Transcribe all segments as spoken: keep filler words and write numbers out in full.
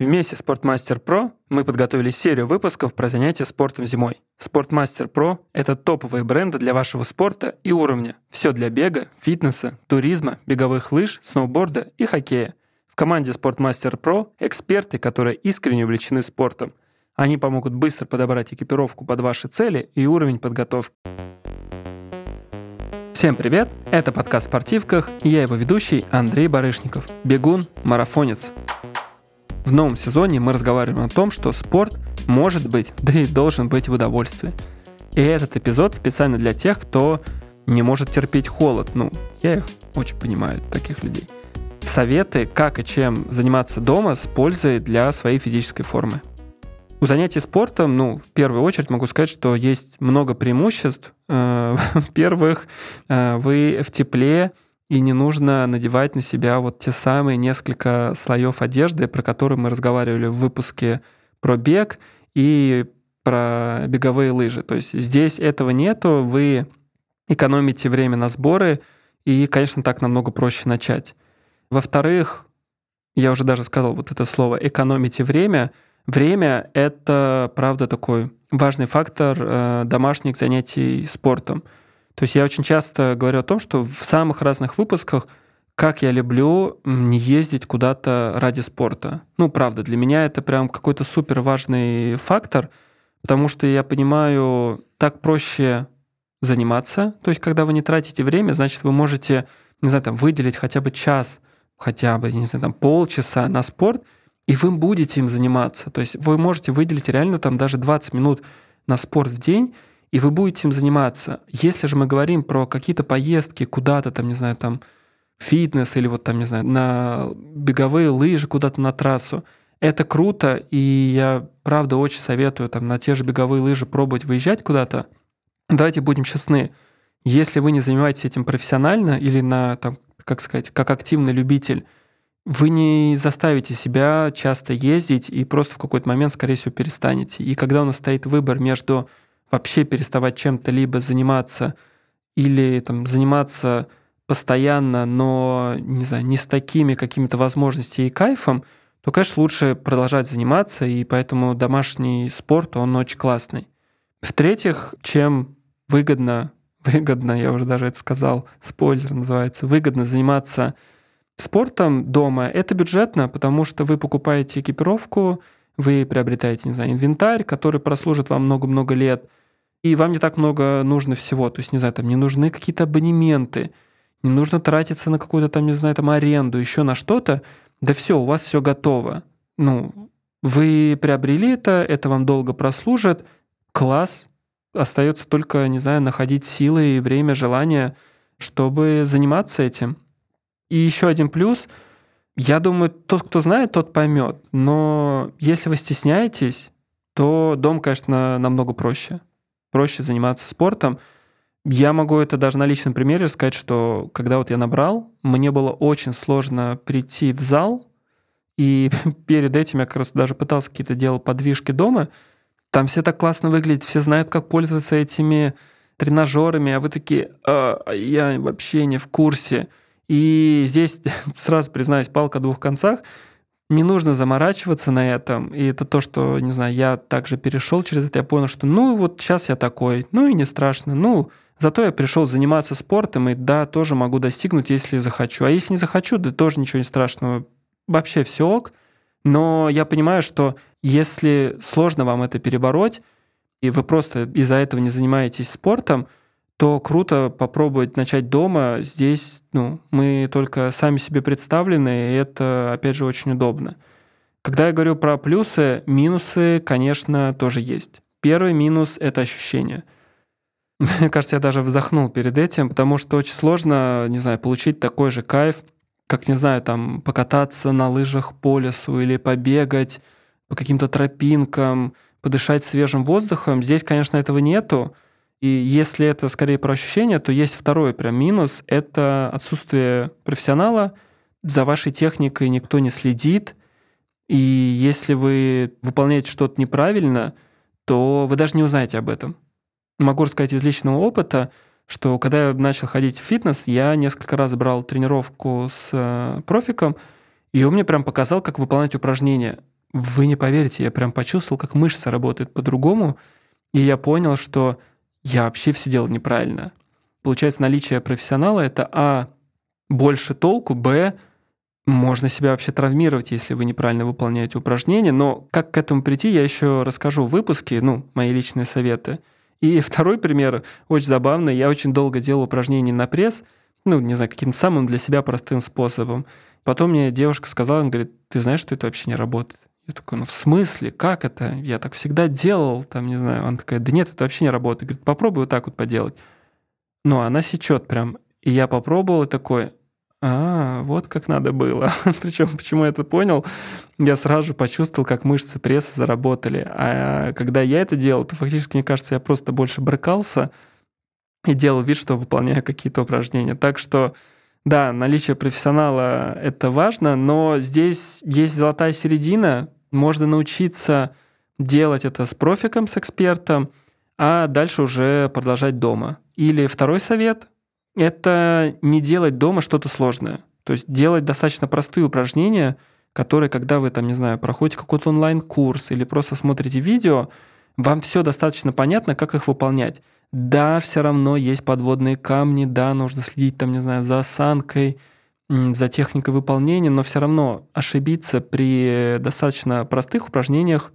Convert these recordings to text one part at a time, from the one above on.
Вместе с Sportmaster Pro мы подготовили серию выпусков про занятия спортом зимой. Sportmaster Pro — это топовые бренды для вашего спорта и уровня. Все для бега, фитнеса, туризма, беговых лыж, сноуборда и хоккея. В команде Sportmaster Pro эксперты, которые искренне увлечены спортом. Они помогут быстро подобрать экипировку под ваши цели и уровень подготовки. Всем привет! Это подкаст «В спортивках» и я его ведущий Андрей Барышников, бегун, марафонец. В новом сезоне мы разговариваем о том, что спорт может быть, да и должен быть в удовольствии. И этот эпизод специально для тех, кто не может терпеть холод. Ну, я их очень понимаю, таких людей. Советы, как и чем заниматься дома с пользой для своей физической формы. У занятий спортом, ну, в первую очередь могу сказать, что есть много преимуществ. Во-первых, вы в тепле, и не нужно надевать на себя вот те самые несколько слоев одежды, про которые мы разговаривали в выпуске про бег и про беговые лыжи. То есть здесь этого нету, вы экономите время на сборы, и, конечно, так намного проще начать. Во-вторых, я уже даже сказал вот это слово «экономите время». Время — это, правда, такой важный фактор э, домашних занятий спортом. То есть я очень часто говорю о том, что в самых разных выпусках, как я люблю не ездить куда-то ради спорта. Ну, правда, для меня это прям какой-то супер важный фактор, потому что я понимаю, так проще заниматься. То есть когда вы не тратите время, значит, вы можете, не знаю, там, выделить хотя бы час, хотя бы, не знаю, там, полчаса на спорт, и вы будете им заниматься. То есть вы можете выделить реально там даже двадцать минут на спорт в день, и вы будете им заниматься. Если же мы говорим про какие-то поездки куда-то, там, не знаю, там, фитнес или вот там, не знаю, на беговые лыжи куда-то на трассу, это круто, и я, правда, очень советую там на те же беговые лыжи пробовать выезжать куда-то. Давайте будем честны, если вы не занимаетесь этим профессионально или на, там, как сказать, как активный любитель, вы не заставите себя часто ездить и просто в какой-то момент, скорее всего, перестанете. И когда у нас стоит выбор между вообще переставать чем-то либо заниматься или там, заниматься постоянно, но не знаю, не с такими какими-то возможностями и кайфом, то, конечно, лучше продолжать заниматься, и поэтому домашний спорт, он очень классный. В-третьих, чем выгодно, выгодно, я уже даже это сказал, спойлер называется, выгодно заниматься спортом дома, это бюджетно, потому что вы покупаете экипировку, вы приобретаете, не знаю, инвентарь, который прослужит вам много-много лет, и вам не так много нужно всего. То есть, не знаю, там не нужны какие-то абонементы, не нужно тратиться на какую-то там, не знаю, там аренду, еще на что-то. Да все, у вас все готово. Ну, вы приобрели это, это вам долго прослужит, класс. Остается только, не знаю, находить силы и время, желание, чтобы заниматься этим. И еще один плюс. Я думаю, тот, кто знает, тот поймет. Но если вы стесняетесь, то дом, конечно, намного проще. Проще заниматься спортом. Я могу это даже на личном примере сказать, что когда вот я набрал, мне было очень сложно прийти в зал, и перед этим я как раз даже пытался какие-то делать подвижки дома. Там все так классно выглядят, все знают, как пользоваться этими тренажерами, а вы такие, а, я вообще не в курсе. И здесь, сразу признаюсь, палка о двух концах. Не нужно заморачиваться на этом. И это то, что, не знаю, я также перешел через это. Я понял, что ну вот сейчас я такой, ну и не страшно. Ну, зато я пришел заниматься спортом, и да, тоже могу достигнуть, если захочу. А если не захочу, да тоже ничего не страшного. Вообще все ок. Но я понимаю, что если сложно вам это перебороть, и вы просто из-за этого не занимаетесь спортом, то круто попробовать начать дома. Здесь ну, мы только сами себе представлены, и это, опять же, очень удобно. Когда я говорю про плюсы, минусы, конечно, тоже есть. Первый минус — это ощущение. Мне кажется, я даже вздохнул перед этим, потому что очень сложно, не знаю, получить такой же кайф, как, не знаю, там, покататься на лыжах по лесу или побегать по каким-то тропинкам, подышать свежим воздухом. Здесь, конечно, этого нету. И если это скорее про ощущения, то есть второй прям минус — это отсутствие профессионала, за вашей техникой никто не следит, и если вы выполняете что-то неправильно, то вы даже не узнаете об этом. Могу рассказать из личного опыта, что когда я начал ходить в фитнес, я несколько раз брал тренировку с профиком, и он мне прям показал, как выполнять упражнения. вы не поверите, я прям почувствовал, как мышцы работают по-другому, и я понял, что я вообще все делал неправильно. Получается, наличие профессионала — это а, больше толку, б, можно себя вообще травмировать, если вы неправильно выполняете упражнения, но как к этому прийти, я еще расскажу в выпуске, ну, мои личные советы. И второй пример, очень забавный, я очень долго делал упражнения на пресс, ну, не знаю, каким-то самым для себя простым способом. Потом мне девушка сказала, она говорит, ты знаешь, что это вообще не работает? Я такой, ну в смысле, как это? Я так всегда делал, там, не знаю. Она такая, да нет, это вообще не работает. Говорит, попробуй вот так вот поделать. Ну, она сечет прям. И я попробовал и такой, а, вот как надо было. Причем, почему я это понял, я сразу же почувствовал, как мышцы пресса заработали. А когда я это делал, то фактически, мне кажется, я просто больше брыкался и делал вид, что выполняю какие-то упражнения. Так что, да, наличие профессионала — это важно, но здесь есть золотая середина. Можно научиться делать это с профиком, с экспертом, а дальше уже продолжать дома. Или второй совет — это не делать дома что-то сложное. То есть делать достаточно простые упражнения, которые, когда вы, там, не знаю, проходите какой-то онлайн-курс или просто смотрите видео, вам все достаточно понятно, как их выполнять. Да, все равно есть подводные камни, да, нужно следить, там, не знаю, за осанкой, за техникой выполнения, но все равно ошибиться при достаточно простых упражнениях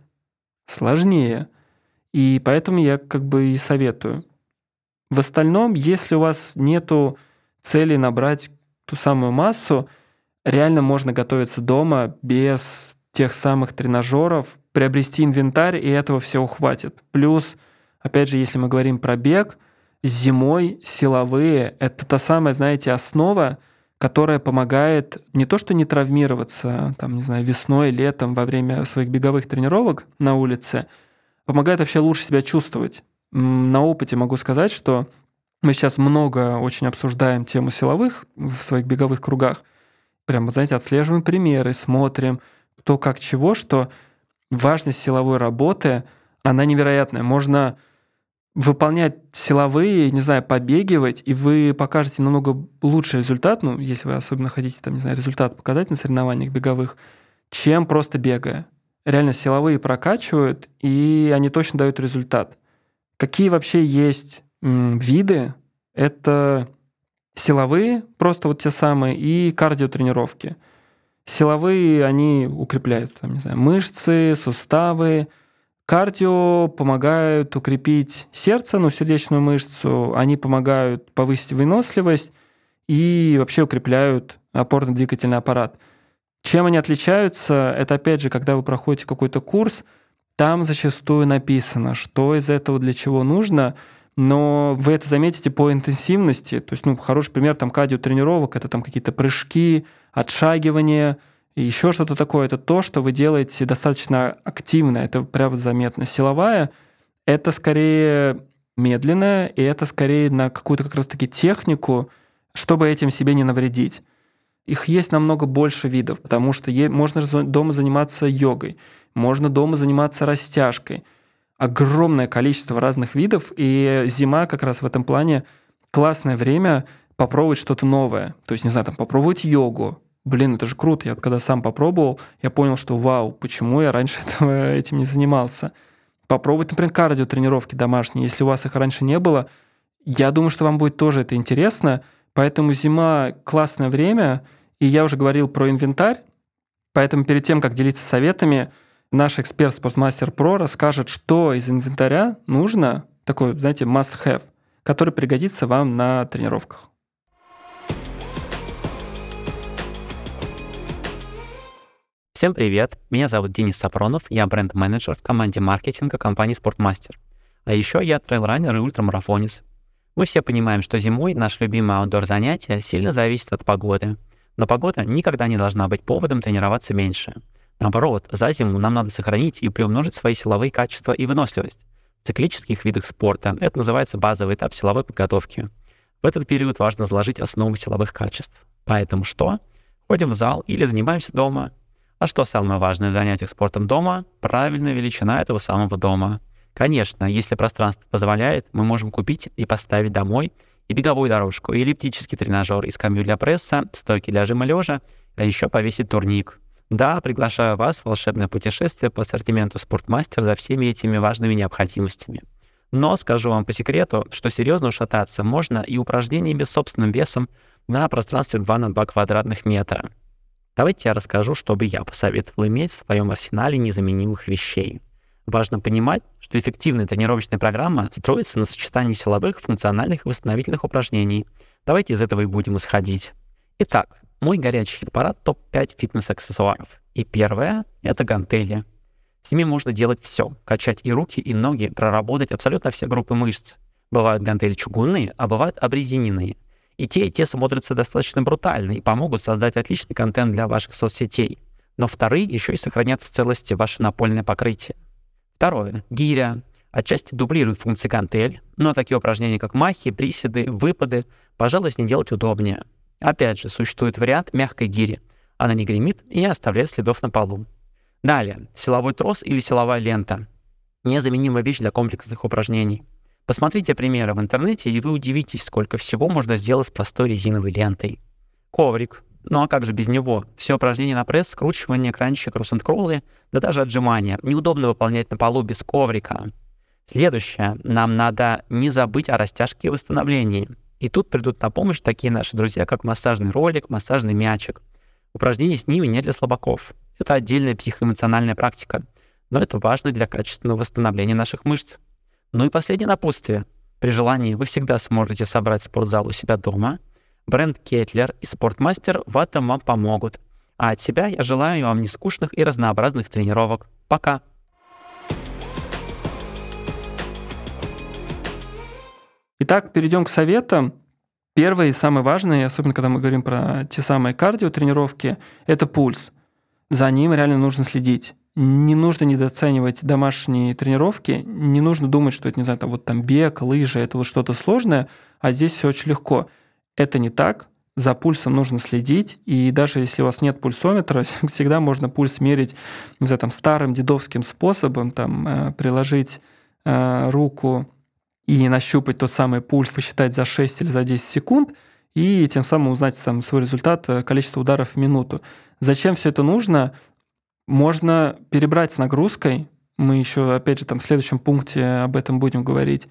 сложнее. И поэтому я как бы и советую. В остальном, если у вас нету цели набрать ту самую массу, реально можно готовиться дома без тех самых тренажеров, приобрести инвентарь, и этого всего хватит. Плюс, опять же, если мы говорим про бег, зимой силовые — это та самая, знаете, основа, которая помогает не то что не травмироваться, там, не знаю, весной, летом, во время своих беговых тренировок на улице, помогает вообще лучше себя чувствовать. На опыте могу сказать, что мы сейчас много очень обсуждаем тему силовых в своих беговых кругах. Прямо, знаете, отслеживаем примеры, смотрим, кто как чего, что важность силовой работы, она невероятная. Можно выполнять силовые, не знаю, побегивать, и вы покажете намного лучший результат, ну, если вы особенно хотите, там, не знаю, результат показать на соревнованиях беговых, чем просто бегая. Реально силовые прокачивают, и они точно дают результат. Какие вообще есть м, виды? Это силовые, просто вот те самые, и кардиотренировки. Силовые, они укрепляют, там, не знаю, мышцы, суставы. Кардио помогают укрепить сердце, ну, сердечную мышцу. Они помогают повысить выносливость и вообще укрепляют опорно-двигательный аппарат. Чем они отличаются? Это, опять же, когда вы проходите какой-то курс, там зачастую написано, что из этого для чего нужно, но вы это заметите по интенсивности. То есть, ну, хороший пример там кардиотренировок — это там какие-то прыжки, отшагивания и еще что-то такое. Это то, что вы делаете достаточно активно, это прям заметно. Силовая — это скорее медленная, и это скорее на какую-то как раз-таки технику, чтобы этим себе не навредить. Их есть намного больше видов, потому что можно дома заниматься йогой, можно дома заниматься растяжкой. Огромное количество разных видов, и зима как раз в этом плане классное время попробовать что-то новое. То есть, не знаю, там попробовать йогу. Блин, это же круто. Я вот когда сам попробовал, я понял, что вау, почему я раньше этого, этим не занимался. Попробовать, например, кардиотренировки домашние. Если у вас их раньше не было, я думаю, что вам будет тоже это интересно. Поэтому зима — классное время, и я уже говорил про инвентарь, поэтому перед тем, как делиться советами, наш эксперт Sportsmaster Pro расскажет, что из инвентаря нужно, такой, знаете, must-have, который пригодится вам на тренировках. Всем привет, меня зовут Денис Сапронов, я бренд-менеджер в команде маркетинга компании Sportsmaster. А еще я трейл-раннер и ультрамарафонец. Мы все понимаем, что зимой наше любимое аутдор-занятие сильно зависит от погоды. Но погода никогда не должна быть поводом тренироваться меньше. Наоборот, за зиму нам надо сохранить и приумножить свои силовые качества и выносливость. В циклических видах спорта это называется базовый этап силовой подготовки. В этот период важно заложить основу силовых качеств. Поэтому что? Ходим в зал или занимаемся дома. А что самое важное в занятиях спортом дома? Правильная величина этого самого дома. Конечно, если пространство позволяет, мы можем купить и поставить домой и беговую дорожку, и эллиптический тренажер, и скамью для пресса, стойки для жима лежа, а еще повесить турник. Да, приглашаю вас в волшебное путешествие по ассортименту Спортмастер за всеми этими важными необходимостями. Но скажу вам по секрету, что серьезно ушататься можно и упражнениями с собственным весом на пространстве два на два квадратных метра. Давайте я расскажу, что бы я посоветовал иметь в своем арсенале незаменимых вещей. Важно понимать, что эффективная тренировочная программа строится на сочетании силовых, функциональных и восстановительных упражнений. Давайте из этого и будем исходить. Итак, мой горячий хит-парад топ пять фитнес-аксессуаров. И первое — это гантели. С ними можно делать все: качать и руки, и ноги, проработать абсолютно все группы мышц. Бывают гантели чугунные, а бывают обрезиненные. И те, и те смотрятся достаточно брутально и помогут создать отличный контент для ваших соцсетей. Но вторые еще и сохранят в целости ваше напольное покрытие. Второе. Гиря. Отчасти дублирует функции гантель, но такие упражнения, как махи, приседы, выпады, пожалуй, с ней делать удобнее. Опять же, существует вариант мягкой гири. Она не гремит и не оставляет следов на полу. Далее. Силовой трос или силовая лента. Незаменимая вещь для комплексных упражнений. Посмотрите примеры в интернете, и вы удивитесь, сколько всего можно сделать с простой резиновой лентой. Коврик. Ну а как же без него? Все упражнения на пресс, скручивание, кранчи, кросс-энд-кроллы, да даже отжимания. Неудобно выполнять на полу без коврика. Следующее. Нам надо не забыть о растяжке и восстановлении. И тут придут на помощь такие наши друзья, как массажный ролик, массажный мячик. Упражнения с ними не для слабаков. Это отдельная психоэмоциональная практика. Но это важно для качественного восстановления наших мышц. Ну и последнее напутствие. При желании вы всегда сможете собрать спортзал у себя дома. Бренд Kettler и Спортмастер в этом вам помогут. А от себя я желаю вам нескучных и разнообразных тренировок. Пока! Итак, перейдем к советам. Первый и самый важный, особенно когда мы говорим про те самые кардиотренировки, это пульс. За ним реально нужно следить. Не нужно недооценивать домашние тренировки, не нужно думать, что это, не знаю, там, вот там бег, лыжи, это вот что-то сложное, а здесь все очень легко. Это не так, за пульсом нужно следить, и даже если у вас нет пульсометра, всегда можно пульс мерить, не знаю, там, старым дедовским способом, там, э, приложить э, руку и нащупать тот самый пульс, посчитать за шесть или за десять секунд, и тем самым узнать там, свой результат, количество ударов в минуту. Зачем все это нужно? Можно перебрать с нагрузкой, мы еще, опять же, там в следующем пункте об этом будем говорить,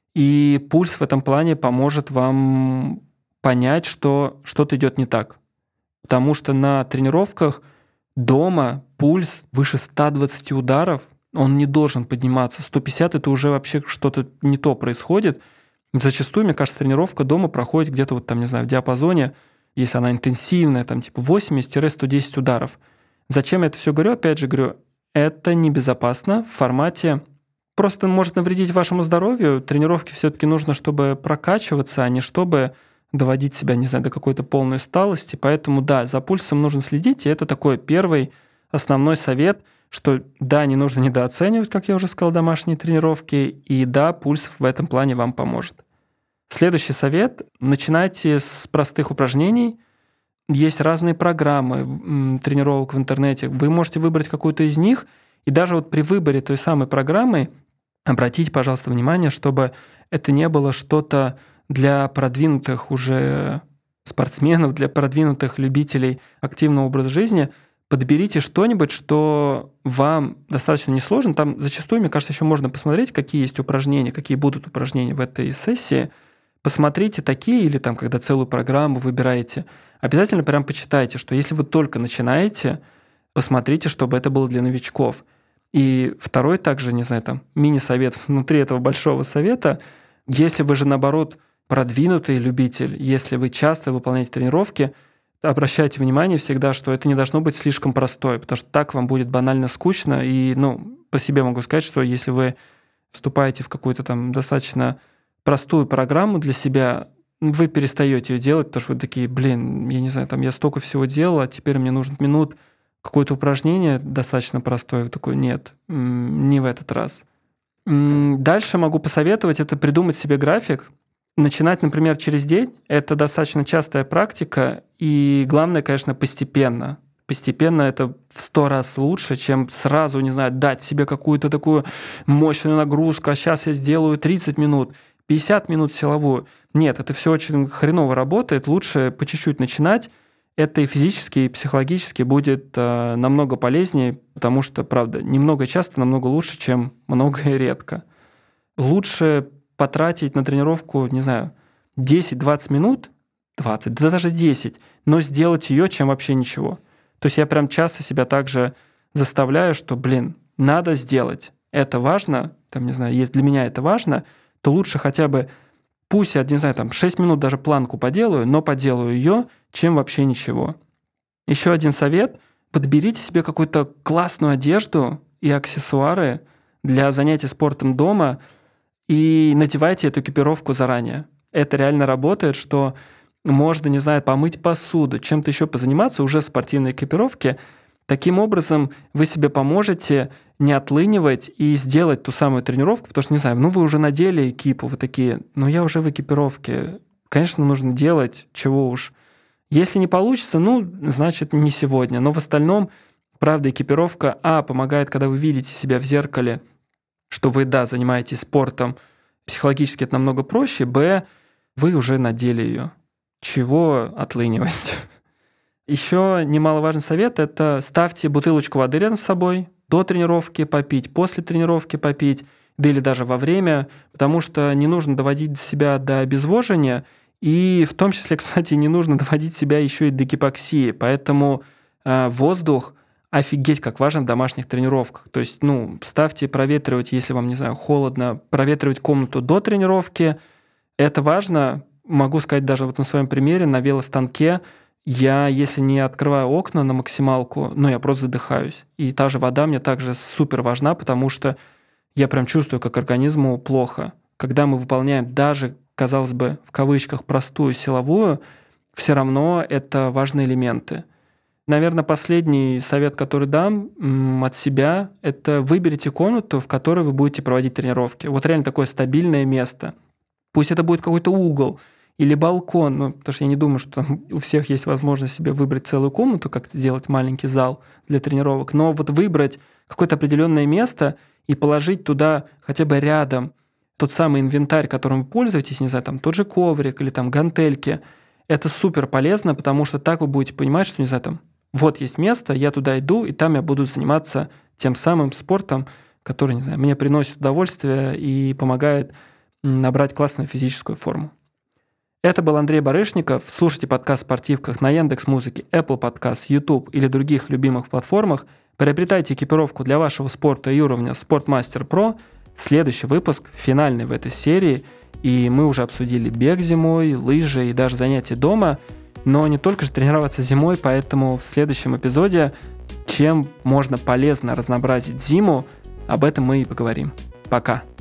и пульс в этом плане поможет вам понять, что что-то идет не так. Потому что на тренировках дома пульс выше ста двадцати ударов, он не должен подниматься. сто пятьдесят это уже вообще что-то не то происходит. Зачастую, мне кажется, тренировка дома проходит где-то вот там, не знаю, в диапазоне, если она интенсивная, там типа восемьдесят - сто десять ударов. Зачем я это все говорю? Опять же говорю, это небезопасно в формате просто может навредить вашему здоровью. Тренировки все-таки нужно, чтобы прокачиваться, а не чтобы доводить себя, не знаю, до какой-то полной усталости. Поэтому да, за пульсом нужно следить, и это такой первый основной совет, что да, не нужно недооценивать, как я уже сказал, домашние тренировки, и да, пульс в этом плане вам поможет. Следующий совет. Начинайте с простых упражнений. Есть разные программы тренировок в интернете. Вы можете выбрать какую-то из них, и даже вот при выборе той самой программы обратите, пожалуйста, внимание, чтобы это не было что-то для продвинутых уже спортсменов, для продвинутых любителей активного образа жизни. Подберите что-нибудь, что вам достаточно несложно. Там зачастую, мне кажется, еще можно посмотреть, какие есть упражнения, какие будут упражнения в этой сессии. Посмотрите такие, или там, когда целую программу выбираете, обязательно прям почитайте, что если вы только начинаете, посмотрите, чтобы это было для новичков. И второй также, не знаю, там мини-совет внутри этого большого совета, если вы же, наоборот, продвинутый любитель, если вы часто выполняете тренировки, обращайте внимание всегда, что это не должно быть слишком простое, потому что так вам будет банально скучно. И, ну, по себе могу сказать, что если вы вступаете в какую-то там достаточно простую программу для себя, вы перестаете ее делать, потому что вы такие, блин, я не знаю, там я столько всего делал, а теперь мне нужно минут какое-то упражнение достаточно простое. Вы такой, нет, не в этот раз. Дальше могу посоветовать это придумать себе график. Начинать, например, через день – это достаточно частая практика, и главное, конечно, постепенно. Постепенно это в сто раз лучше, чем сразу, не знаю, дать себе какую-то такую мощную нагрузку, а сейчас я сделаю тридцать минут, пятьдесят минут силовую. Нет, это все очень хреново работает, лучше по чуть-чуть начинать. это и физически, и психологически будет э, намного полезнее, потому что, правда, немного часто намного лучше, чем много и редко. Лучше потратить на тренировку, не знаю, десять-двадцать минут, двадцать, да даже десять, но сделать ее, чем вообще ничего. То есть я прям часто себя также заставляю, что, блин, надо сделать. Это важно, там, не знаю, если для меня это важно, то лучше хотя бы, пусть я, не знаю, там шесть минут даже планку поделаю, но поделаю ее, чем вообще ничего. Еще один совет. Подберите себе какую-то классную одежду и аксессуары для занятий спортом дома и надевайте эту экипировку заранее. Это реально работает, что можно, не знаю, помыть посуду, чем-то еще позаниматься уже в спортивной экипировке. Таким образом вы себе поможете не отлынивать и сделать ту самую тренировку, потому что, не знаю, ну вы уже надели экипу, вы такие, ну я уже в экипировке, конечно, нужно делать, чего уж. Если не получится, ну, значит, не сегодня. Но в остальном, правда, экипировка, а, помогает, когда вы видите себя в зеркале, что вы, да, занимаетесь спортом, психологически это намного проще, б, вы уже надели ее. Чего отлынивать? Еще немаловажный совет – это ставьте бутылочку воды рядом с собой, до тренировки попить, после тренировки попить, да или даже во время, потому что не нужно доводить себя до обезвоживания, и в том числе, кстати, не нужно доводить себя еще и до гипоксии, поэтому э, воздух офигеть как важен в домашних тренировках. То есть, ну, ставьте проветривать, если вам, не знаю, холодно, проветривать комнату до тренировки, это важно. Могу сказать даже вот на своем примере, на велостанке я, если не открываю окна на максималку, ну, я просто задыхаюсь. И та же вода мне также супер важна, потому что я прям чувствую, как организму плохо. Когда мы выполняем даже, казалось бы, в кавычках, простую силовую, все равно это важные элементы. Наверное, последний совет, который дам м, от себя, это выберите комнату, в которой вы будете проводить тренировки. Вот реально такое стабильное место. Пусть это будет какой-то угол, или балкон, ну, потому что я не думаю, что у всех есть возможность себе выбрать целую комнату, как сделать маленький зал для тренировок, но вот выбрать какое-то определенное место и положить туда хотя бы рядом тот самый инвентарь, которым вы пользуетесь, не знаю, там тот же коврик или там гантельки, это супер полезно, потому что так вы будете понимать, что, не знаю, там вот есть место, я туда иду, и там я буду заниматься тем самым спортом, который, не знаю, мне приносит удовольствие и помогает набрать классную физическую форму. Это был Андрей Барышников. Слушайте подкаст в спортивках на Яндекс.Музыке, Apple Podcast, YouTube или других любимых платформах. Приобретайте экипировку для вашего спорта и уровня Sportmaster Pro. Следующий выпуск, финальный в этой серии, и мы уже обсудили бег зимой, лыжи и даже занятия дома, но не только же тренироваться зимой, поэтому в следующем эпизоде, чем можно полезно разнообразить зиму, об этом мы и поговорим. Пока!